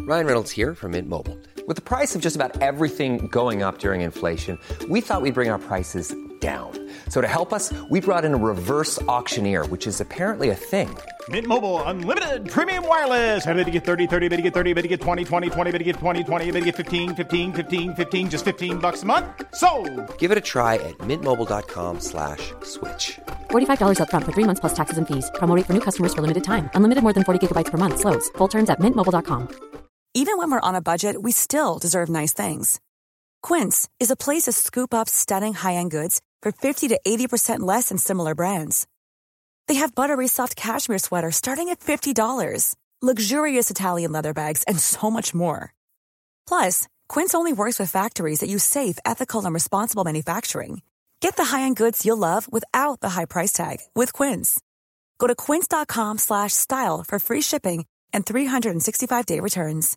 Ryan Reynolds here from Mint Mobile. With the price of just about everything going up during inflation, we thought we'd bring our prices down. So to help us, we brought in a reverse auctioneer, which is apparently a thing. Mint Mobile Unlimited Premium Wireless. How to get 30, 30, bit to get 30, bit to get 20, 20, 20, bit to get 20, 20, bit to get 15, 15, 15, 15, just $15 a month? Sold! Give it a try at mintmobile.com/switch. $45 up front for 3 months plus taxes and fees. Promo rate for new customers for limited time. Unlimited more than 40 gigabytes per month. Slows full terms at mintmobile.com. Even when we're on a budget, we still deserve nice things. Quince is a place to scoop up stunning high-end goods for 50 to 80% less than similar brands. They have buttery soft cashmere sweaters starting at $50, luxurious Italian leather bags, and so much more. Plus, Quince only works with factories that use safe, ethical, and responsible manufacturing. Get the high-end goods you'll love without the high price tag with Quince. Go to quince.com/style for free shipping and 365-day returns.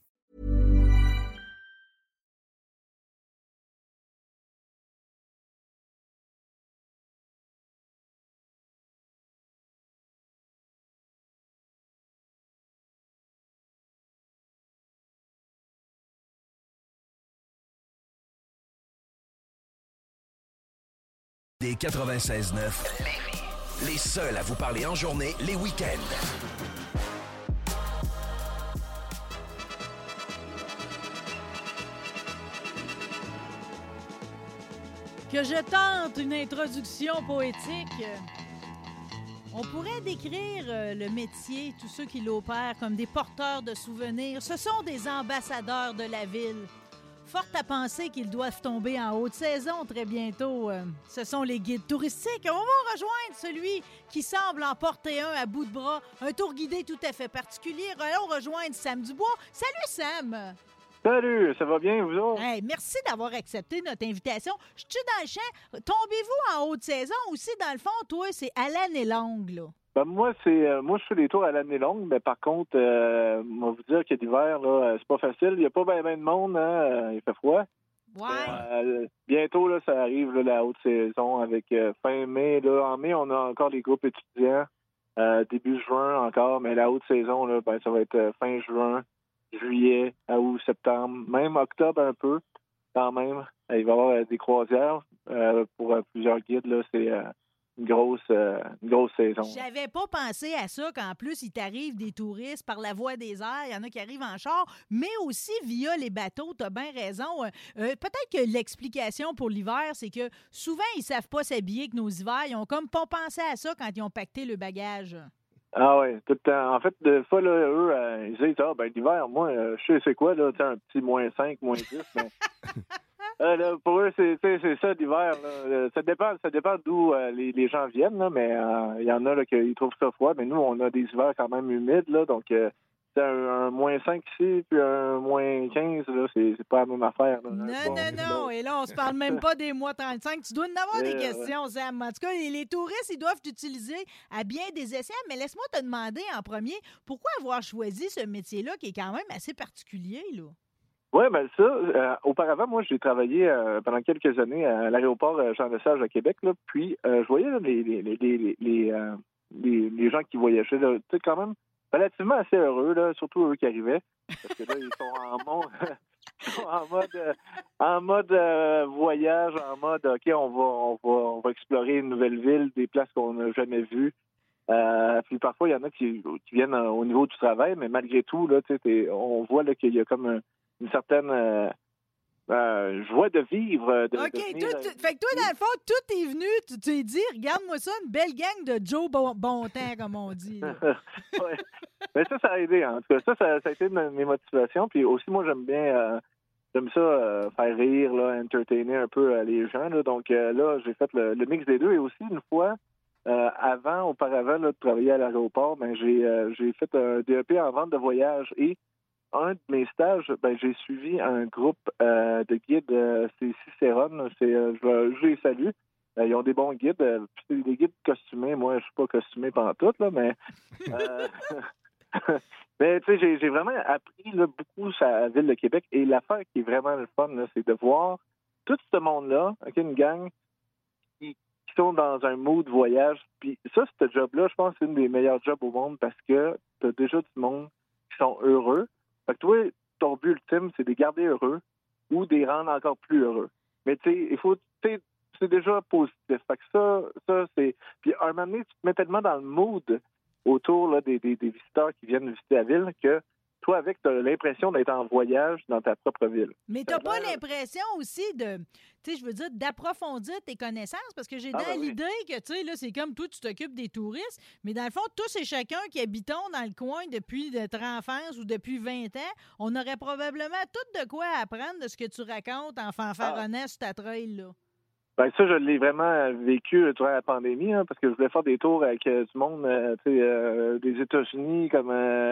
Des 96.9, les seuls à vous parler en journée, les week-ends. Que je tente une introduction poétique. On pourrait décrire le métier, tous ceux qui l'opèrent, comme des porteurs de souvenirs. Ce sont des ambassadeurs de la ville. Fort à penser qu'ils doivent tomber en haute saison très bientôt. Ce sont les guides touristiques. On va rejoindre celui qui semble en porter un à bout de bras, un tour guidé tout à fait particulier. Allons rejoindre Sam Dubois. Salut Sam! Salut, ça va bien, vous autres? Hey, merci d'avoir accepté notre invitation. Je suis dans le champ. Tombez-vous en haute saison aussi, dans le fond, toi, c'est à l'année longue, là. Ben, moi, je fais des tours à l'année longue, mais par contre, on va vous dire que l'hiver, là, c'est pas facile. Il n'y a pas bien de monde, hein? Il fait froid. Ouais. Bientôt, là, ça arrive, là, la haute saison avec fin mai. Là. En mai, on a encore les groupes étudiants. Début juin encore, mais la haute saison, là, ben, ça va être fin juin, juillet, août, septembre, même octobre un peu, quand même. Il va y avoir des croisières pour plusieurs guides. Là, c'est une grosse saison. J'avais pas pensé à ça, qu'en plus, il t'arrive des touristes par la voie des airs. Il y en a qui arrivent en char, mais aussi via les bateaux. Tu as bien raison. Peut-être que l'explication pour l'hiver, c'est que souvent, ils savent pas s'habiller que nos hivers. Ils ont comme pas pensé à ça quand ils ont pacté le bagage. Ah oui, tout le temps. En fait, des fois, là, eux, ils disent, l'hiver, moi, je sais c'est quoi, là, un petit -5, -10, mais... là, pour eux, c'est ça l'hiver. Là. Ça dépend d'où les gens viennent, là, mais il y en a là, qui trouvent ça froid. Mais nous, on a des hivers quand même humides, là, donc c'est un -5 ici, puis un -15, là, c'est pas la même affaire. Là. Non. Et là, on se parle même pas des mois 35. Tu dois en avoir des questions, Sam. En tout cas, les touristes, ils doivent t'utiliser à bien des essais. Mais laisse-moi te demander en premier, pourquoi avoir choisi ce métier-là qui est quand même assez particulier, là? Oui, ben ça, auparavant, moi, j'ai travaillé pendant quelques années à l'aéroport Jean-Lesage à Québec, là, puis je voyais là, les gens qui voyageaient, là, tu sais, quand même relativement assez heureux, là, surtout eux qui arrivaient, parce que là, ils sont en mode voyage, en mode, OK, on va explorer une nouvelle ville, des places qu'on n'a jamais vues. Puis parfois, il y en a qui viennent au niveau du travail, mais malgré tout, là, on voit là, qu'il y a comme une certaine joie de vivre. OK, fait que toi, dans le fond, tout est venu, tu t'es dit, regarde-moi ça, une belle gang de Joe Bontemps, comme on dit. Ouais. Mais ça a aidé, en tout cas. Ça a été une de mes motivations. Puis aussi, moi, j'aime ça faire rire, là, entertainer un peu les gens. Là. Donc là, j'ai fait le mix des deux. Et aussi, une fois, auparavant là, de travailler à l'aéroport, ben, j'ai fait un DEP en vente de voyage. Et un de mes stages, ben, j'ai suivi un groupe de guides, c'est Cicéron, je les salue. Ils ont des bons guides, puis c'est des guides costumés. Moi, je suis pas costumé pantoute, là, mais mais tu sais, j'ai vraiment appris là, beaucoup sur la ville de Québec. Et l'affaire qui est vraiment le fun, là, c'est de voir tout ce monde-là, okay, une gang qui sont dans un mood voyage. Puis ça, ce job-là, je pense que c'est une des meilleurs jobs au monde parce que tu as déjà du monde qui sont heureux. Fait que toi, ton but ultime, c'est de les garder heureux ou de les rendre encore plus heureux. Mais tu sais, il faut, tu sais, c'est déjà positif. Fait que ça c'est... Puis à un moment donné, tu te mets tellement dans le mood autour là, des visiteurs qui viennent visiter la ville que toi, avec, tu as l'impression d'être en voyage dans ta propre ville. Mais tu n'as pas l'impression aussi de, tu sais, je veux dire, d'approfondir tes connaissances, parce que j'ai l'idée que, tu sais, là, c'est comme toi, tu t'occupes des touristes, mais dans le fond, tous et chacun qui habitons dans le coin depuis notre enfance ou depuis 20 ans, on aurait probablement tout de quoi apprendre de ce que tu racontes en fanfaronnant sur ta trail, là. Ben ça, je l'ai vraiment vécu durant la pandémie, hein, parce que je voulais faire des tours avec du monde, des États-Unis comme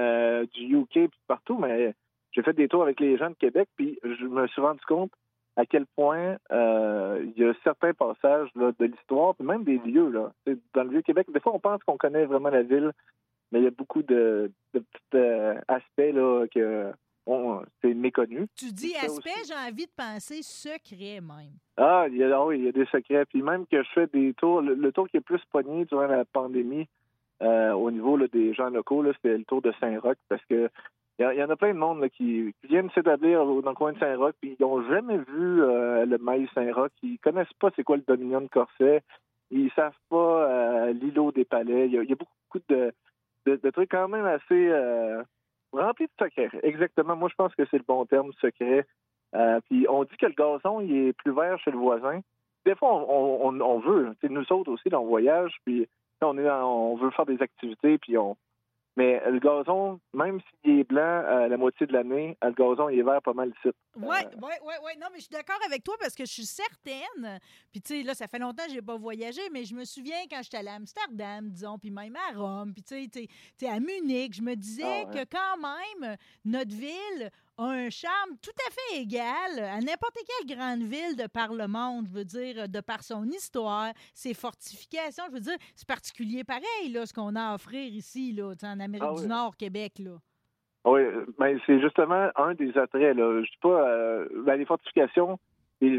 du UK puis partout, mais j'ai fait des tours avec les gens de Québec, puis je me suis rendu compte à quel point il y a certains passages là, de l'histoire, puis même des lieux là. Dans le Vieux-Québec, des fois on pense qu'on connaît vraiment la ville, mais il y a beaucoup de petits aspects là que c'est méconnu. Tu dis aspect, j'ai envie de penser secret même. Oui, il y a des secrets. Puis même que je fais des tours, le tour qui est plus pogné durant la pandémie au niveau là, des gens locaux, là, c'était le tour de Saint-Roch, parce que il y en a plein de monde là, qui viennent s'établir dans le coin de Saint-Roch, puis ils n'ont jamais vu le maïs Saint-Roch, ils connaissent pas c'est quoi le Dominion de Corset, ils savent pas l'îlot des Palais. Il y a beaucoup de trucs quand même assez remplis de secrets. Exactement. Moi, je pense que c'est le bon terme, secret. Puis on dit que le gazon, il est plus vert chez le voisin. Des fois, on veut. Nous autres aussi, là, on voyage, puis on veut faire des activités, puis mais le gazon, même s'il est blanc la moitié de l'année, le gazon, il est vert pas mal ici. Oui. Non, mais je suis d'accord avec toi parce que je suis certaine. Puis, tu sais, là, ça fait longtemps que je n'ai pas voyagé, mais je me souviens quand j'étais allée à Amsterdam, disons, puis même à Rome, puis, tu sais, à Munich, je me disais que quand même, notre ville a un charme tout à fait égal à n'importe quelle grande ville de par le monde, je veux dire, de par son histoire, ses fortifications. Je veux dire, c'est particulier pareil, là, ce qu'on a à offrir ici, là, en Amérique du Nord, Québec, là. Oui, mais c'est justement un des attraits, là. Je dis pas, les fortifications, et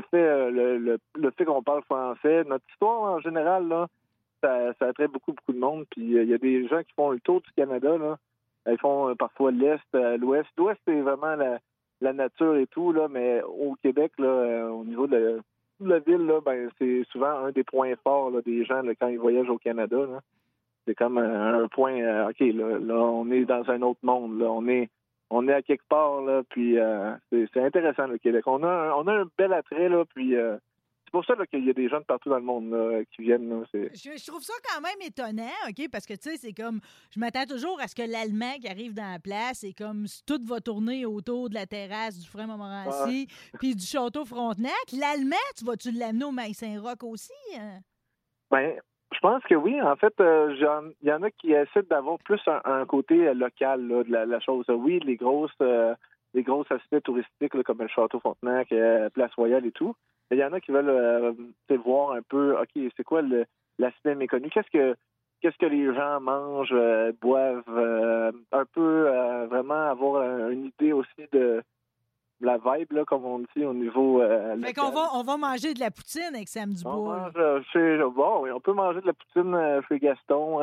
le fait qu'on parle français, notre histoire en général, là, ça attrait beaucoup de monde. Puis il y a des gens qui font le tour du Canada, là. Ils font parfois l'Est, l'Ouest. L'Ouest, c'est vraiment la nature et tout, là, mais au Québec, là, au niveau de la ville, là, ben, c'est souvent un des points forts là, des gens là, quand ils voyagent au Canada. Là. C'est comme un point, OK, là, on est dans un autre monde. Là, on est à quelque part, là, puis c'est intéressant, le Québec. On a un bel attrait, là, puis c'est pour ça là, qu'il y a des gens de partout dans le monde là, qui viennent. Là, je trouve ça quand même étonnant, OK? Parce que, tu sais, c'est comme... Je m'attends toujours à ce que l'Allemand qui arrive dans la place, c'est comme si tout va tourner autour de la terrasse du Frein Montmorency puis du Château Frontenac. L'Allemand, vas-tu l'amener au Maïs Saint-Roch aussi? Hein? Ben, je pense que oui. En fait, il y en a qui essaient d'avoir plus un côté local là, de la chose. Oui, les grosses aspects touristiques là, comme le Château Frontenac, Place Royale et tout. Il y en a qui veulent voir un peu, OK, c'est quoi l'aspect méconnu? Qu'est-ce que les gens mangent, boivent, un peu vraiment avoir une idée aussi de la vibe, là, comme on dit, au niveau... fait qu'on on va manger de la poutine avec Sam Dubois. On peut manger de la poutine chez Gaston.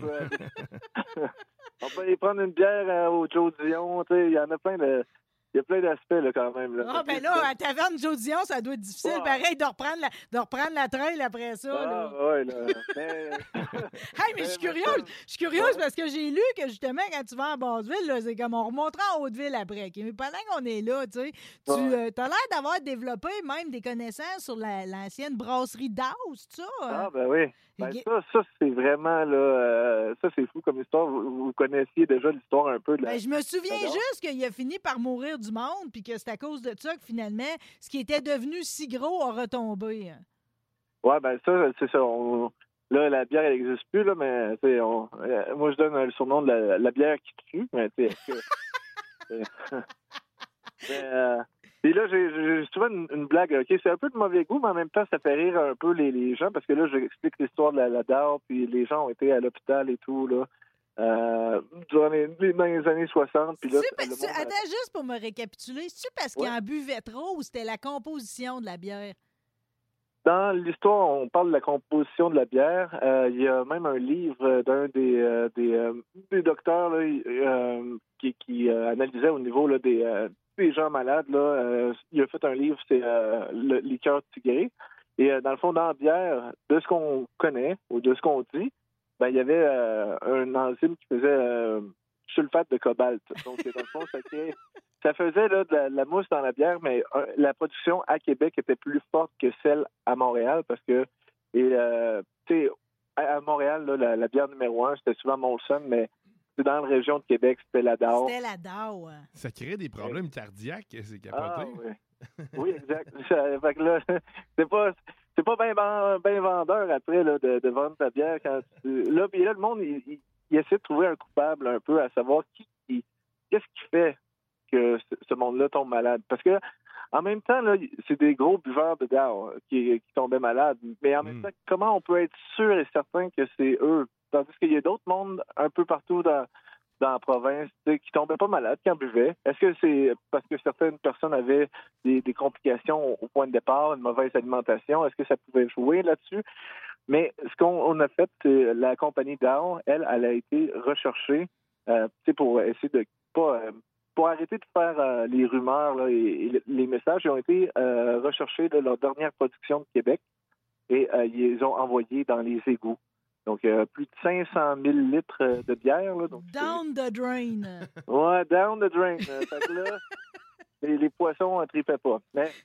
On peut aller prendre une bière au Joe Dion. Il y en a plein de... Il y a plein d'aspects, là, quand même. Là. Ah, ben là, à Taverne Joe Dion, ça doit être difficile, pareil, de reprendre la trail après ça. Ah, oui, là. Hey, mais je suis curieuse parce que j'ai lu que, justement, quand tu vas à Basseville, là, c'est comme on remontera en Haute-Ville après. Mais pendant qu'on est là, tu sais, tu as l'air d'avoir développé même des connaissances sur l'ancienne brasserie d'Aus, ça. Ah, ben oui. Ben, ça c'est vraiment, là, ça, c'est fou comme histoire. Vous connaissiez déjà l'histoire un peu de la... Ben, je me souviens juste qu'il a fini par mourir du monde, puis que c'est à cause de ça que, finalement, ce qui était devenu si gros a retombé. Oui, ben ça, c'est ça. Là, la bière, elle n'existe plus, là, mais moi, je donne le surnom de la bière qui tue, mais tu sais... Et là, j'ai souvent une blague. OK, c'est un peu de mauvais goût, mais en même temps, ça fait rire un peu les gens, parce que là, j'explique l'histoire de la DAO, puis les gens ont été à l'hôpital et tout, là, dans les années 60. Puis là, attends, juste pour me récapituler, c'est-tu parce qu'il en buvait trop ou c'était la composition de la bière? Dans l'histoire, on parle de la composition de la bière. Il y a même un livre d'un des docteurs là, qui analysait au niveau là, des gens malades, là, il a fait un livre, c'est le liqueur tigré. Et dans le fond, dans la bière, de ce qu'on connaît ou de ce qu'on dit, ben, il y avait un enzyme qui faisait sulfate de cobalt. Donc, dans le fond, ça faisait là, de la mousse dans la bière, mais la production à Québec était plus forte que celle à Montréal parce que, tu sais, à Montréal, là, la bière numéro 1, c'était souvent Molson, mais dans la région de Québec, c'était la DAO. C'était la DAO. Ça crée des problèmes cardiaques, c'est capoté. Oui, exact. Fait que là, c'est pas bien vendeur après là, de vendre ta bière quand là, puis là, le monde, il essaie de trouver un coupable un peu à savoir qu'est-ce qui fait que ce monde-là tombe malade. Parce que en même temps, là, c'est des gros buveurs de DAO qui tombaient malades. Mais en même temps, comment on peut être sûr et certain que c'est eux? Tandis qu'il y a d'autres mondes un peu partout dans la province qui tombaient pas malades, qui en buvaient. Est-ce que c'est parce que certaines personnes avaient des complications au point de départ, une mauvaise alimentation? Est-ce que ça pouvait jouer là-dessus? Mais ce qu'on a fait, c'est la compagnie DAO, elle a été recherchée pour essayer de pas... pour arrêter de faire les rumeurs là, et les messages, ils ont été recherchés de leur dernière production de Québec et ils les ont envoyés dans les égouts. Donc, plus de 500 000 litres de bière. Là, donc, down the drain. Ouais, down the drain. Fait que là, les poissons ne tripaient pas.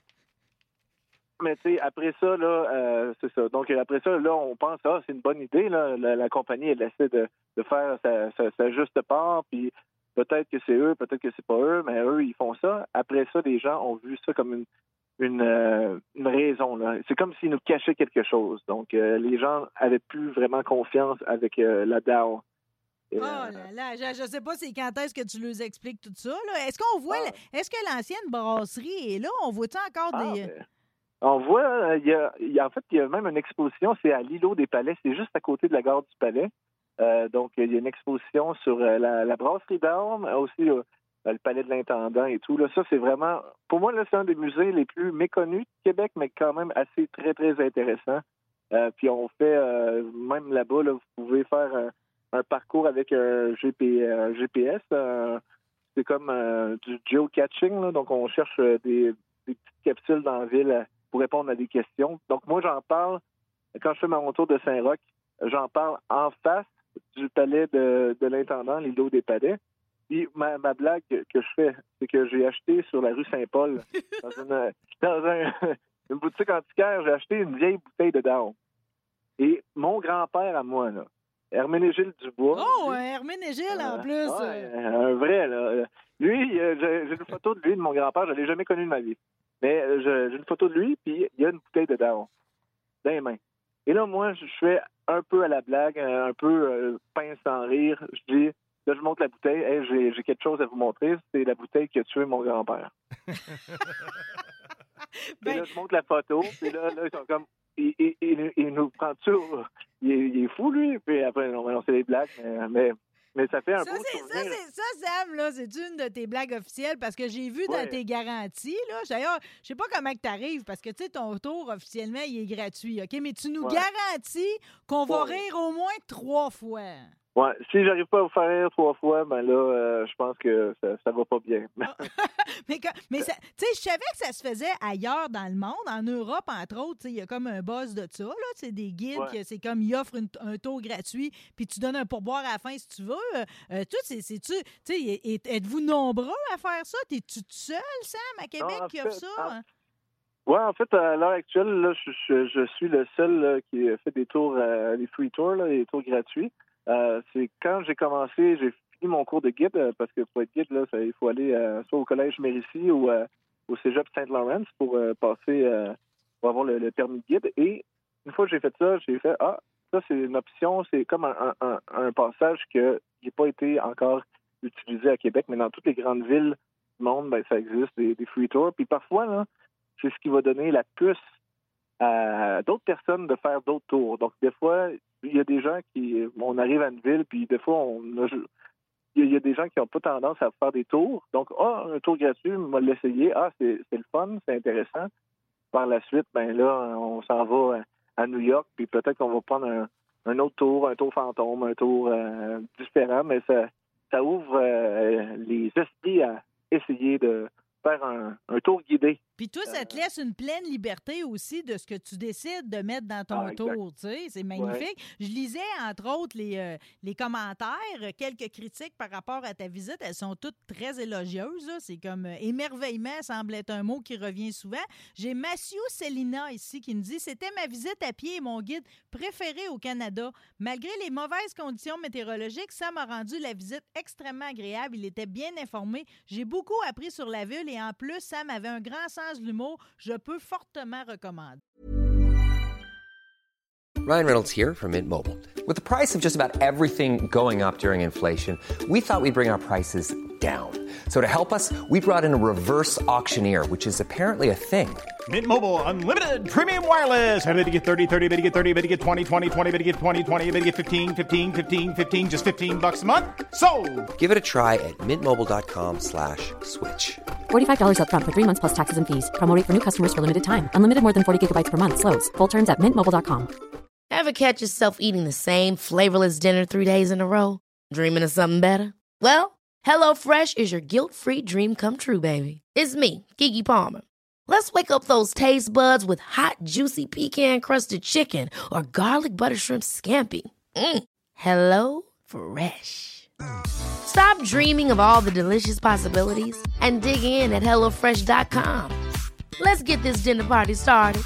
Mais tu sais, après ça, là, c'est ça. Donc, après ça, là, on pense, c'est une bonne idée. Là. La compagnie, elle essaie de faire sa juste part, puis peut-être que c'est eux, peut-être que c'est pas eux, mais eux, ils font ça. Après ça, les gens ont vu ça comme une raison. Là. C'est comme s'ils nous cachaient quelque chose. Donc, les gens avaient plus vraiment confiance avec la DAO. Oh là là, je sais pas c'est quand est-ce que tu leur expliques tout ça. Là. Est-ce qu'on voit, est-ce que l'ancienne brasserie est là? On voit-tu encore des... On voit, en fait, il y a même une exposition, c'est à l'îlot des Palais, c'est juste à côté de la gare du Palais. Donc, il y a une exposition sur la brasserie d'Armes, aussi le palais de l'intendant et tout. Là, ça, c'est vraiment... Pour moi, là, c'est un des musées les plus méconnus de Québec, mais quand même assez très, très intéressant. Puis on fait, même là-bas, là, vous pouvez faire un parcours avec un GPS. C'est comme du geocaching. Là, donc, on cherche des petites capsules dans la ville pour répondre à des questions. Donc, moi, j'en parle, quand je fais mon tour de Saint-Roch, j'en parle en face du palais de l'intendant, l'îlot des Palais. Puis ma blague que je fais, c'est que j'ai acheté sur la rue Saint-Paul, dans une boutique antiquaire, j'ai acheté une vieille bouteille de DAO. Et mon grand-père à moi, là, Herménégile Dubois... Oh, un Herménégile en plus! Un vrai, là. Lui, j'ai une photo de lui, de mon grand-père, je ne l'ai jamais connu de ma vie. Mais j'ai une photo de lui, puis il y a une bouteille de DAO dans les mains. Et là, moi, je fais un peu à la blague, un peu pince sans rire. Je dis, là, je montre la bouteille. Hey, j'ai quelque chose à vous montrer. C'est la bouteille qui a tué mon grand-père. Et là, je montre la photo. Puis là ils sont comme, il nous prend tout. Il est fou, lui. Puis après, non, c'est des blagues. Mais ça fait un beau souvenir. Ça, Sam, là, c'est une de tes blagues officielles parce que j'ai vu dans tes garanties, là. D'ailleurs, je sais pas comment tu arrives parce que, tu sais, ton tour, officiellement, il est gratuit, OK? Mais tu nous garantis qu'on va rire au moins 3 fois. Ouais, si j'arrive pas à vous faire rire 3 fois, ben là, je pense que ça va pas bien. mais tu sais, je savais que ça se faisait ailleurs dans le monde, en Europe, entre autres. Il y a comme un buzz de ça, là. C'est des guides, c'est comme ils offrent un tour gratuit, puis tu donnes un pourboire à la fin si tu veux. Êtes-vous nombreux à faire ça? T'es-tu tout seul, Sam, à Québec, qui offre ça? Oui, en fait, à l'heure actuelle, là, je suis le seul là, qui fait des tours, les free tours, là, les tours gratuits. C'est quand j'ai commencé, j'ai fini mon cours de guide, parce que pour être guide, là, il faut aller soit au collège Mérisy ou au cégep Saint-Laurent pour passer, pour avoir le permis de guide. Et une fois que j'ai fait ça, ça c'est une option, c'est comme un passage qui n'a pas été encore utilisé à Québec, mais dans toutes les grandes villes du monde, ben, ça existe, des free tours. Puis parfois, là, c'est ce qui va donner la puce à d'autres personnes de faire d'autres tours. Donc, des fois, il y a des gens on arrive à une ville, puis des fois, il y a des gens qui n'ont pas tendance à faire des tours. Donc, un tour gratuit, on va l'essayer. C'est le fun, c'est intéressant. Par la suite, ben là, on s'en va à New York, puis peut-être qu'on va prendre un autre tour, un tour fantôme, un tour différent, mais ça ouvre les esprits à essayer de faire un tour guidé. Puis toi, ça te laisse une pleine liberté aussi de ce que tu décides de mettre dans ton tour, tu sais. C'est magnifique. Ouais. Je lisais, entre autres, les commentaires, quelques critiques par rapport à ta visite. Elles sont toutes très élogieuses, là. C'est comme émerveillement semble être un mot qui revient souvent. J'ai Mathieu Célina ici qui me dit « C'était ma visite à pied et mon guide préféré au Canada. Malgré les mauvaises conditions météorologiques, ça m'a rendu la visite extrêmement agréable. Il était bien informé. J'ai beaucoup appris sur la ville et en plus, Sam avait un grand sens de l'humour. Je peux fortement recommander. » Ryan Reynolds here from Mint Mobile. With the price of just about everything going up during inflation, we thought we'd bring our prices down. So to help us, we brought in a reverse auctioneer, which is apparently a thing. Mint Mobile Unlimited Premium Wireless. How to get 30, 30, bit to get 30, bit to get 20, 20, 20, bit to get 20, 20, bit to get 15, 15, 15, 15, just $15 a month? Sold! Give it a try at mintmobile.com/switch. $45 up front for 3 months plus taxes and fees. Promo rate for new customers for limited time. Unlimited more than 40 gigabytes per month. Slows full terms at mintmobile.com. Ever catch yourself eating the same flavorless dinner 3 days in a row? Dreaming of something better? Well, HelloFresh is your guilt-free dream come true, baby. It's me, Keke Palmer. Let's wake up those taste buds with hot, juicy pecan-crusted chicken or garlic butter shrimp scampi. Hello Fresh. Stop dreaming of all the delicious possibilities and dig in at HelloFresh.com. Let's get this dinner party started.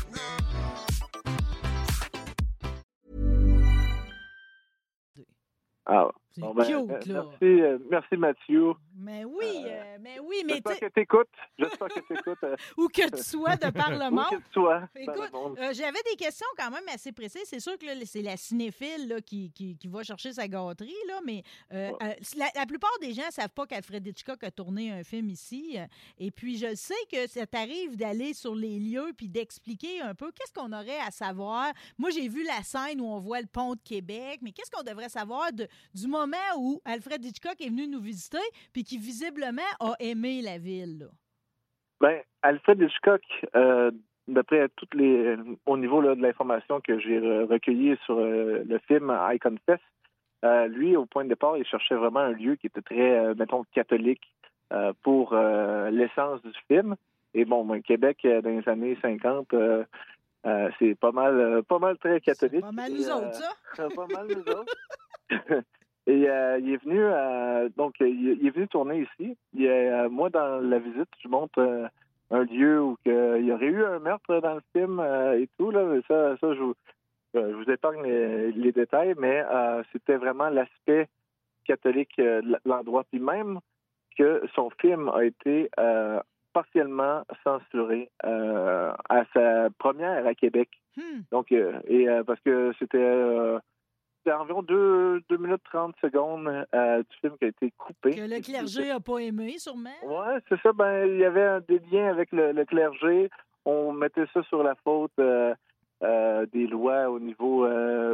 Ah, c'est bon, cute, là. Merci Mathieu. Mais oui, mais j'espère que t'écoutes. Où que tu sois de par le monde. Où que tu sois. Écoute, j'avais des questions quand même assez précises. C'est sûr que là, c'est la cinéphile là, qui va chercher sa gâterie, là, mais la plupart des gens ne savent pas qu'Alfred Hitchcock a tourné un film ici. Et puis, je sais que ça t'arrive d'aller sur les lieux puis d'expliquer un peu qu'est-ce qu'on aurait à savoir. Moi, j'ai vu la scène où on voit le pont de Québec, mais qu'est-ce qu'on devrait savoir du moment où Alfred Hitchcock est venu nous visiter puis qui visiblement a aimé la ville, là? Bien, Alfred Hitchcock, d'après au niveau là, de l'information que j'ai recueillie sur le film I Confess, lui, au point de départ, il cherchait vraiment un lieu qui était très, mettons, catholique pour l'essence du film. Et bon, Québec, dans les années 50, c'est pas mal très catholique. C'est pas mal nous autres, ça? Pas mal nous autres. Et il est venu il est venu tourner ici. Moi, dans la visite, je montre un lieu où il y aurait eu un meurtre dans le film et tout. Là. Ça je vous épargne les détails, mais c'était vraiment l'aspect catholique de l'endroit. Puis même que son film a été partiellement censuré à sa première à Québec. Donc, parce que c'était environ 2 minutes 30 secondes du film qui a été coupé. Que le clergé n'a pas aimé, sûrement. Oui, c'est ça. Ben, il y avait des liens avec le clergé. On mettait ça sur la faute des lois au niveau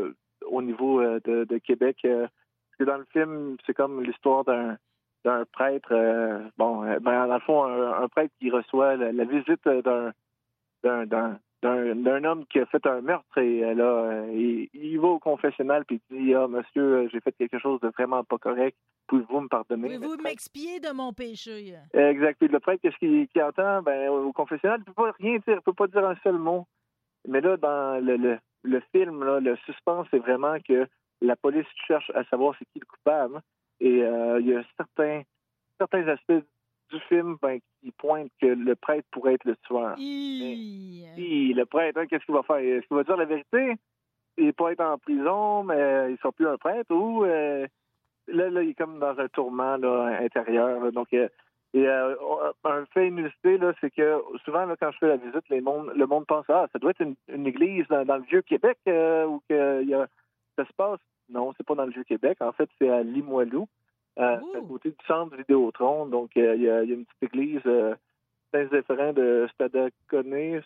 de Québec. Parce que dans le film, c'est comme l'histoire d'un prêtre. Dans le fond, un prêtre qui reçoit la visite d'un homme qui a fait un meurtre et là, il va au confessionnal puis il dit « Ah, monsieur, j'ai fait quelque chose de vraiment pas correct. Pouvez-vous me pardonner? » Pouvez-vous m'expier de mon péché? Exact. Puis le prêtre, qu'est-ce qu'il entend? Ben, au confessionnal, il ne peut pas rien dire, il ne peut pas dire un seul mot. Mais là, dans le film, là, le suspense, c'est vraiment que la police cherche à savoir c'est qui le coupable. Et il y a certains aspects du film qui pointe que le prêtre pourrait être le tueur. Le prêtre, qu'est-ce qu'il va faire? Est-ce qu'il va dire la vérité? Il peut être en prison, mais il ne sera plus un prêtre, ou là, il est comme dans un tourment là, intérieur. Là. Donc, un fait inusité, là, c'est que souvent, là, quand je fais la visite, le monde pense ça doit être une église dans le Vieux-Québec où ça se passe. Non, c'est pas dans le Vieux-Québec. En fait, c'est à Limoilou. À côté du centre Vidéotron. Donc, il y a une petite église Saint-Zéphirin de Stadacona.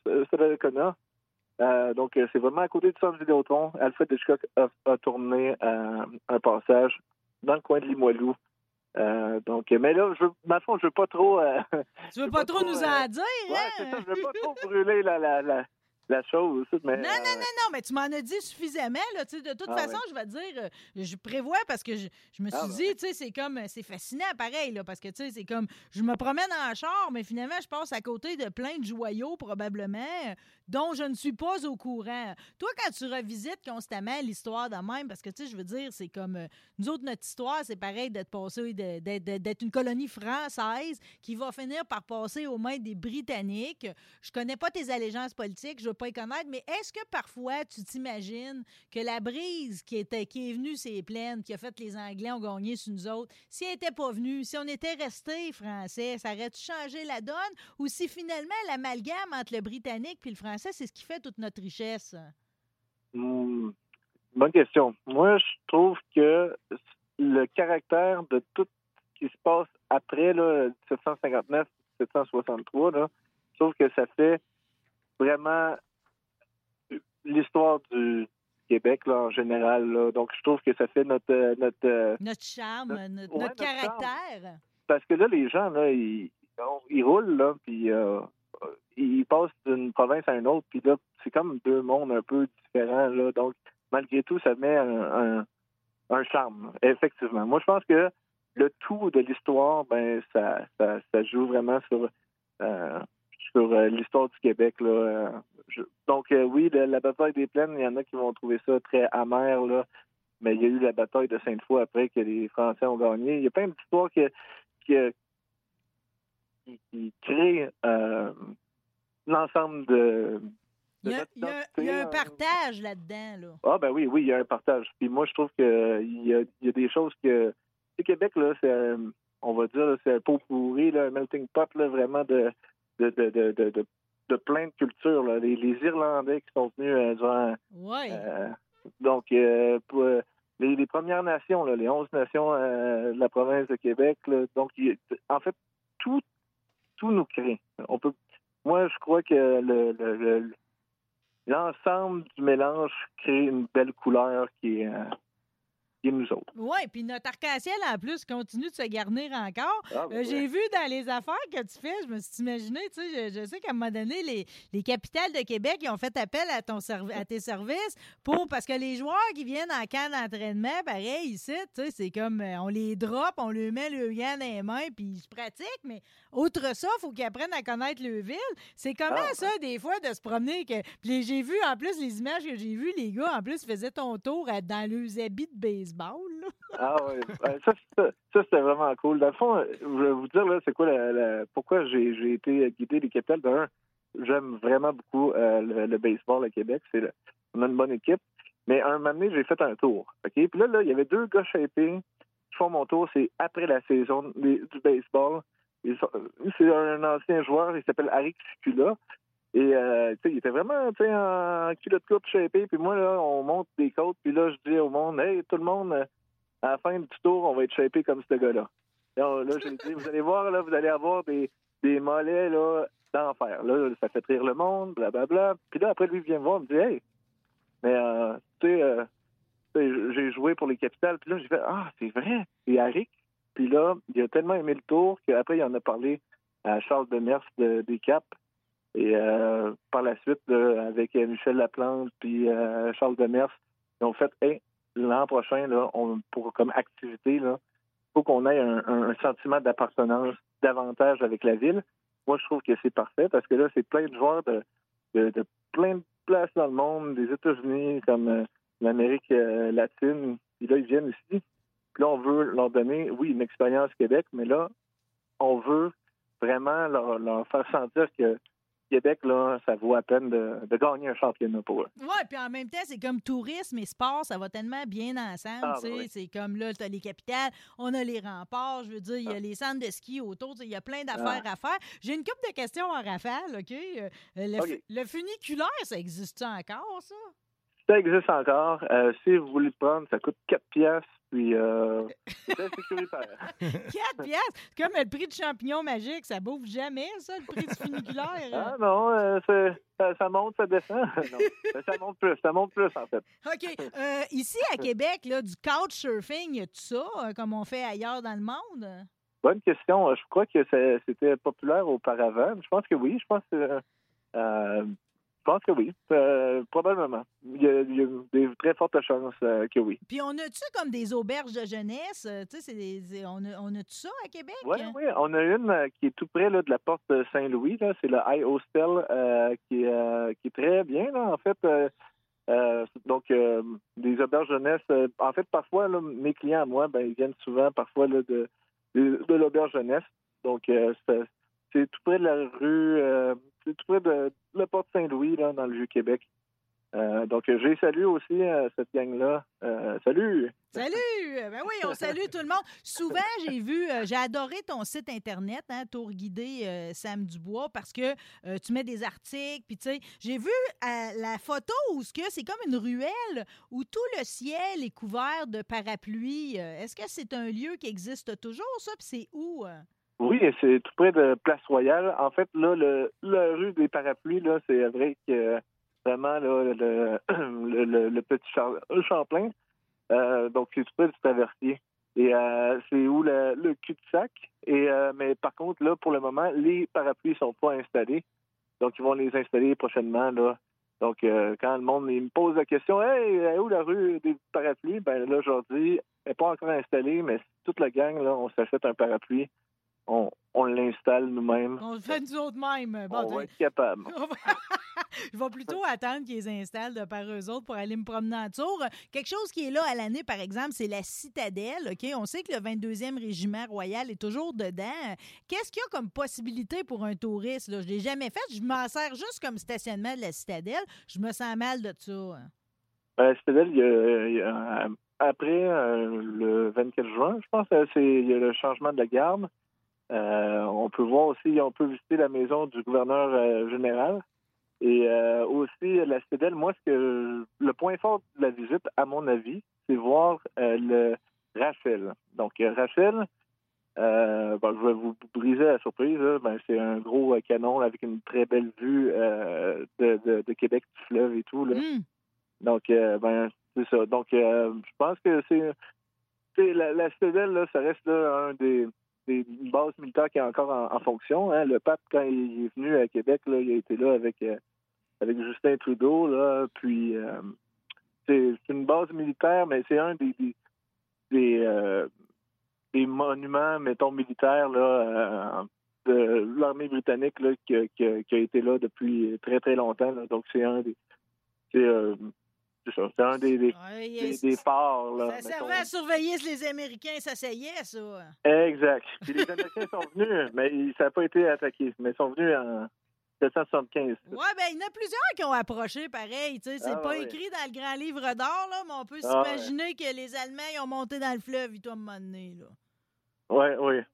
Donc, c'est vraiment à côté du centre Vidéotron. Alfred Hitchcock a tourné un passage dans le coin de Limoilou. Donc, mais là, dans le fond, je veux pas trop... tu veux pas trop nous en dire, hein? Ouais, c'est ça, je veux pas trop brûler la chose. Mais, non, mais tu m'en as dit suffisamment. Là, de toute façon, je vais te dire, je prévois parce que je me suis dit, c'est fascinant pareil, là, parce que c'est comme, je me promène en char, mais finalement, je passe à côté de plein de joyaux, probablement, dont je ne suis pas au courant. Toi, quand tu revisites constamment l'histoire de même, parce que, je veux dire, c'est comme, nous autres, notre histoire, c'est pareil d'être une colonie française qui va finir par passer aux mains des Britanniques. Je connais pas tes allégeances politiques, je veux pas y connaître, mais est-ce que parfois tu t'imagines que la brise qui est venue ces plaines, qui a fait que les Anglais ont gagné sur nous autres, si elle n'était pas venue, si on était resté français, ça aurait-tu changé la donne? Ou si finalement l'amalgame entre le britannique et le français, c'est ce qui fait toute notre richesse? Bonne question. Moi, je trouve que le caractère de tout ce qui se passe après là, 1759-1763, là, je trouve que ça fait vraiment l'histoire du Québec là, en général. Là. Donc, je trouve que ça fait notre charme, notre caractère. Charme. Parce que là, les gens, là, ils roulent, là, puis ils passent d'une province à une autre, puis là, c'est comme deux mondes un peu différents. Là. Donc, malgré tout, ça met un charme, effectivement. Moi, je pense que le tout de l'histoire, ben, ça joue vraiment sur l'histoire du Québec. Là. Donc, oui, la bataille des Plaines, il y en a qui vont trouver ça très amer, là, mais il y a eu la bataille de Sainte-Foy après que les Français ont gagné. Il y a plein d'histoires qui créent l'ensemble de il y a un partage là-dedans. Là. Ah, ben oui, il y a un partage. Puis moi, je trouve qu'il y a des choses que... Le Québec, là, c'est, on va dire, là, c'est un pot pourri, là, un melting pot, là, vraiment de plein de cultures. Là. Les Irlandais qui sont venus durant... Oui. Donc, pour les Premières Nations, là, les 11 nations de la province de Québec, là, donc, en fait, tout nous crée. Moi, je crois que l'ensemble du mélange crée une belle couleur qui est nous autres. Oui, puis notre arc-en-ciel, en plus, continue de se garnir encore. J'ai vu dans les affaires que tu fais, je me suis imaginé, tu sais, je sais qu'à un moment donné, les capitales de Québec, ils ont fait appel à tes services parce que les joueurs qui viennent en camp d'entraînement, pareil, ici, tu sais, c'est comme, on les drop, on leur met le gant dans les mains, puis ils se pratiquent, mais outre ça, il faut qu'ils apprennent à connaître le ville. C'est comment ça, des fois, de se promener? Puis j'ai vu, en plus, les images que j'ai vues, les gars, en plus, faisaient ton tour dans leurs habits de baseball. Ah oui, ça c'était vraiment cool. Dans le fond, je vais vous dire là, c'est quoi pourquoi j'ai été guidé les capitales. D'un, j'aime vraiment beaucoup le baseball à Québec. On a une bonne équipe. Mais un moment donné, j'ai fait un tour. OK? Puis là, il y avait deux gars shapés qui font mon tour. C'est après la saison du baseball. C'est un ancien joueur, il s'appelle Arik Sikula. Et il était vraiment en culotte de coupe shapé. Puis moi, là, on monte des côtes. Puis là, je dis au monde, hey, tout le monde, à la fin du tour, on va être shapé comme ce gars-là. Là, je lui dis, vous allez voir, là, vous allez avoir des mollets là, d'enfer. Là, ça fait rire le monde, blablabla. Puis là, après, lui, il vient me voir, il me dit, hey, mais j'ai joué pour les Capitales. Puis là, j'ai fait, c'est vrai, c'est Arik. Puis là, il a tellement aimé le tour qu'après, il en a parlé à Charles Demers des Caps. Et par la suite, là, avec Michel Laplante puis Charles Demers, ils ont fait l'an prochain, là, pour comme activité, il faut qu'on ait un sentiment d'appartenance davantage avec la ville. Moi, je trouve que c'est parfait parce que là, c'est plein de joueurs de plein de places dans le monde, des États-Unis, comme l'Amérique latine. Puis là, ils viennent ici. Puis là, on veut leur donner, oui, une expérience Québec, mais là, on veut vraiment leur faire sentir que Québec, là, ça vaut à peine de gagner un championnat pour eux. Oui, puis en même temps, c'est comme tourisme et sport, ça va tellement bien ensemble. Oui. C'est comme là, tu as les capitales, on a les remparts, je veux dire, il y a les centres de ski autour, il y a plein d'affaires à faire. J'ai une couple de questions en rafale, OK? Le funiculaire, ça existe encore, ça? Ça existe encore. Si vous voulez le prendre, ça coûte 4 piastres. Puis, c'est sécuritaire. 4 piastres? C'est comme le prix du champignon magique. Ça bouffe jamais, ça, le prix du funiculaire. Ah non, ça monte, ça descend. Non, ça monte plus, en fait. OK. Ici, à Québec, là, du couchsurfing, y a tout ça, comme on fait ailleurs dans le monde? Bonne question. Je crois que c'était populaire auparavant. Je pense que oui. Je pense que pense que oui, probablement. Il y a des très fortes chances que oui. Puis on a-tu comme des auberges de jeunesse? Tu sais, on a-tu ça à Québec? Oui, on a une qui est tout près là, de la porte de Saint-Louis. Là. C'est le High Hostel qui est très bien, là, en fait. Donc, des auberges jeunesse. En fait, parfois, là, mes clients à moi, ils viennent souvent parfois là, de l'auberge jeunesse. Donc, c'est tout près de la rue, c'est tout près de la porte Saint-Louis, là, dans le Vieux-Québec. Donc, j'ai salué aussi cette gang-là. Salut! Salut! Ben oui, on salue tout le monde. Souvent, j'ai adoré ton site Internet, Tour guidé Sam Dubois, parce que tu mets des articles, puis tu sais, j'ai vu la photo où c'est comme une ruelle où tout le ciel est couvert de parapluies. Est-ce que c'est un lieu qui existe toujours, ça? Puis c'est où? Oui, c'est tout près de Place Royale. En fait, là, la rue des parapluies, là, c'est vrai que vraiment là, le petit Champlain. Donc, c'est tout près du Traversier. Et c'est où le cul-de-sac. Mais par contre, là, pour le moment, les parapluies ne sont pas installés. Donc, ils vont les installer prochainement, là. Donc, quand le monde il me pose la question « Hey, où la rue des parapluies? » Ben là, je leur dis « Elle n'est pas encore installée, mais toute la gang, là, on s'achète un parapluie. On l'installe nous-mêmes. On le fait nous autres mêmes. Bon, on va être capable. Je vais plutôt attendre qu'ils installent de par eux autres pour aller me promener en tour. Quelque chose qui est là à l'année, par exemple, c'est la Citadelle. OK? On sait que le 22e Régiment Royal est toujours dedans. Qu'est-ce qu'il y a comme possibilité pour un touriste? Là? Je ne l'ai jamais fait. Je m'en sers juste comme stationnement de la Citadelle. Je me sens mal de ça. La Citadelle, après le 24 juin, je pense, il y a le changement de la garde. On peut voir aussi, on peut visiter la maison du gouverneur général. Et aussi, la Citadelle, moi, le point fort de la visite, à mon avis, c'est voir le Rachel. Donc, Rachel, je vais vous briser la surprise. Là, c'est un gros canon avec une très belle vue de Québec, du fleuve et tout. Là. Donc, c'est ça. Donc, je pense que la Citadelle, là, ça reste là, une base militaire qui est encore en fonction. Hein. Le pape, quand il est venu à Québec, là, il a été là avec Justin Trudeau. Là, puis, c'est une base militaire, mais c'est un des monuments, mettons, militaires là, de l'armée britannique là, qui a été là depuis très, très longtemps. Là. Donc, c'est un des... C'est ça. C'est un des phares. Là, ça servait à surveiller si les Américains s'asseyaient, ça. Exact. Puis les Américains sont venus, mais ça n'a pas été attaqué. Mais ils sont venus en 1775. Oui, bien, il y en a plusieurs qui ont approché, pareil. Tu sais, c'est pas écrit dans le grand livre d'or, là, mais on peut s'imaginer que les Allemands ils ont monté dans le fleuve, ils t'ont mené, là. Oui.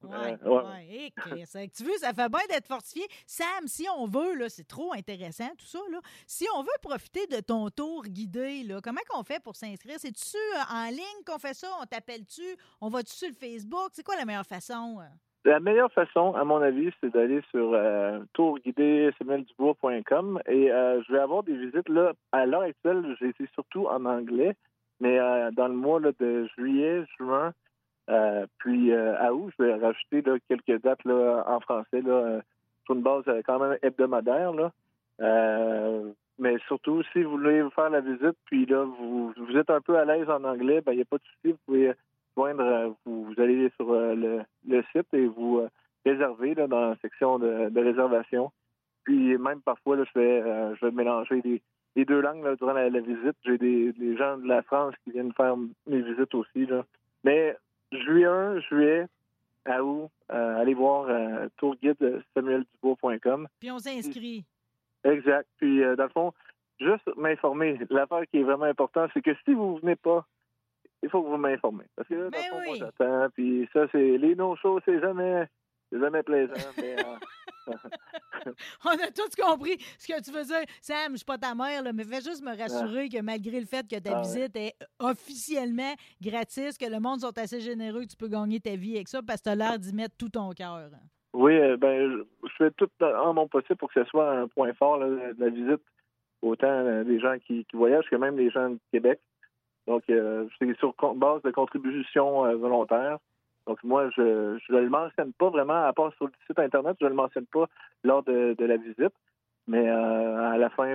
Tu veux, ça fait bien d'être fortifié. Sam, si on veut, là, c'est trop intéressant, tout ça, là. Si on veut profiter de ton tour guidé, là, comment qu'on fait pour s'inscrire? C'est-tu en ligne qu'on fait ça? On t'appelle-tu? On va-tu sur le Facebook? C'est quoi la meilleure façon? La meilleure façon, à mon avis, c'est d'aller sur tourguidé-samueldubois.com et je vais avoir des visites, là. À l'heure actuelle, j'ai été surtout en anglais, mais dans le mois là, de juillet, juin, puis à août, je vais rajouter là, quelques dates là, en français là, sur une base quand même hebdomadaire. Là. Mais surtout, si vous voulez faire la visite, puis là, vous êtes un peu à l'aise en anglais, il n'y a pas de souci, vous pouvez joindre, vous allez sur le site et vous réservez là, dans la section de réservation. Puis même parfois, là, je vais mélanger les deux langues là, durant la visite. J'ai des gens de la France qui viennent faire mes visites aussi. Là. Mais juillet, à août, allez voir tourguide-samueldubois.com. Puis on s'inscrit. Exact. Puis, dans le fond, juste m'informer. L'affaire qui est vraiment importante, c'est que si vous ne venez pas, il faut que vous m'informez. Parce que là, dans le fond, moi, j'attends. Puis ça, c'est les no-shows, c'est jamais plaisant. Mais, on a tous compris ce que tu veux dire. Sam, je suis pas ta mère, là, mais fais juste me rassurer que malgré le fait que ta visite est officiellement gratis, que le monde sont assez généreux, que tu peux gagner ta vie avec ça parce que tu as l'air d'y mettre tout ton cœur. Oui, je fais tout en mon possible pour que ce soit un point fort là, de la visite, autant des gens qui voyagent que même les gens de Québec. Donc, c'est sur base de contributions volontaires. Donc, moi, je ne le mentionne pas vraiment, à part sur le site Internet, je ne le mentionne pas lors de la visite. Mais à la la fin,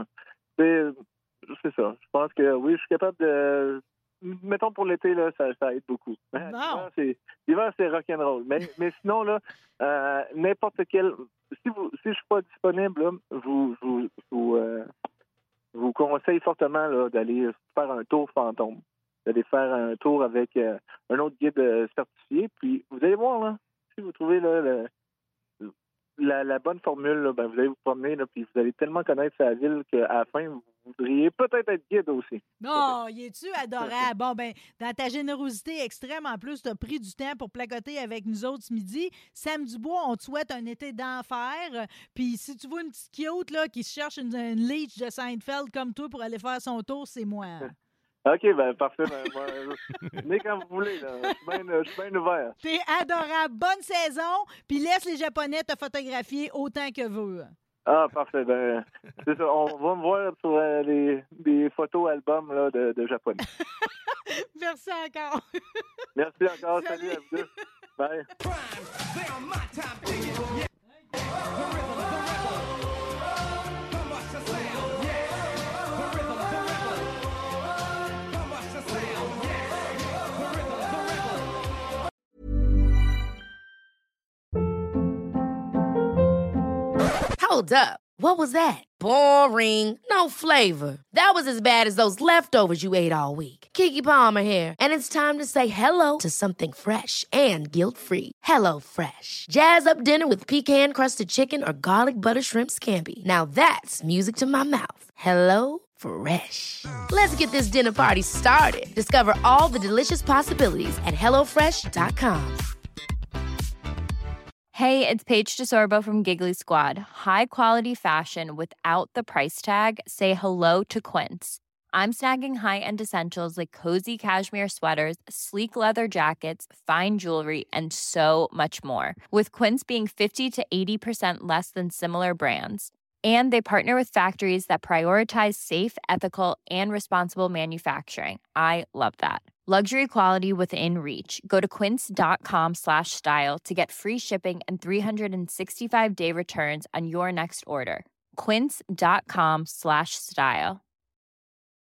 c'est ça. Je pense que oui, je suis capable de... Mettons pour l'été, là, ça aide beaucoup. L'hiver, c'est rock'n'roll. Mais sinon, là, n'importe quel... Si je suis pas disponible, là, vous conseille fortement là, d'aller faire un tour fantôme. D'aller faire un tour avec un autre guide certifié. Puis vous allez voir, là, si vous trouvez là, la bonne formule, là, vous allez vous promener, là, puis vous allez tellement connaître sa ville qu'à la fin, vous voudriez peut-être être guide aussi. Non, y es-tu adorable? Bon, dans ta générosité extrême, en plus, tu as pris du temps pour placoter avec nous autres ce midi. Sam Dubois, on te souhaite un été d'enfer. Puis si tu vois une petite cute là, qui se cherche une leech de Seinfeld comme toi pour aller faire son tour, c'est moi. OK, parfait. Venez quand vous voulez. Là. Je suis bien ouvert. T'es adorable. Bonne saison. Puis laisse les Japonais te photographier autant que veut. Ah, parfait. C'est ça. On va me voir sur des photos albums là, de Japonais. Merci encore. Merci encore. Salut à vous deux. Bye. Hold up. What was that? Boring. No flavor. That was as bad as those leftovers you ate all week. Keke Palmer here, and it's time to say hello to something fresh and guilt-free. Hello Fresh. Jazz up dinner with pecan-crusted chicken or garlic butter shrimp scampi. Now that's music to my mouth. Hello Fresh. Let's get this dinner party started. Discover all the delicious possibilities at hellofresh.com. Hey, it's Paige DeSorbo from Giggly Squad. High quality fashion without the price tag. Say hello to Quince. I'm snagging high-end essentials like cozy cashmere sweaters, sleek leather jackets, fine jewelry, and so much more. With Quince being 50 to 80% less than similar brands. And they partner with factories that prioritize safe, ethical, and responsible manufacturing. I love that. Luxury quality within reach. Go to quince.com/style to get free shipping and 365-day returns on your next order. Quince.com/style.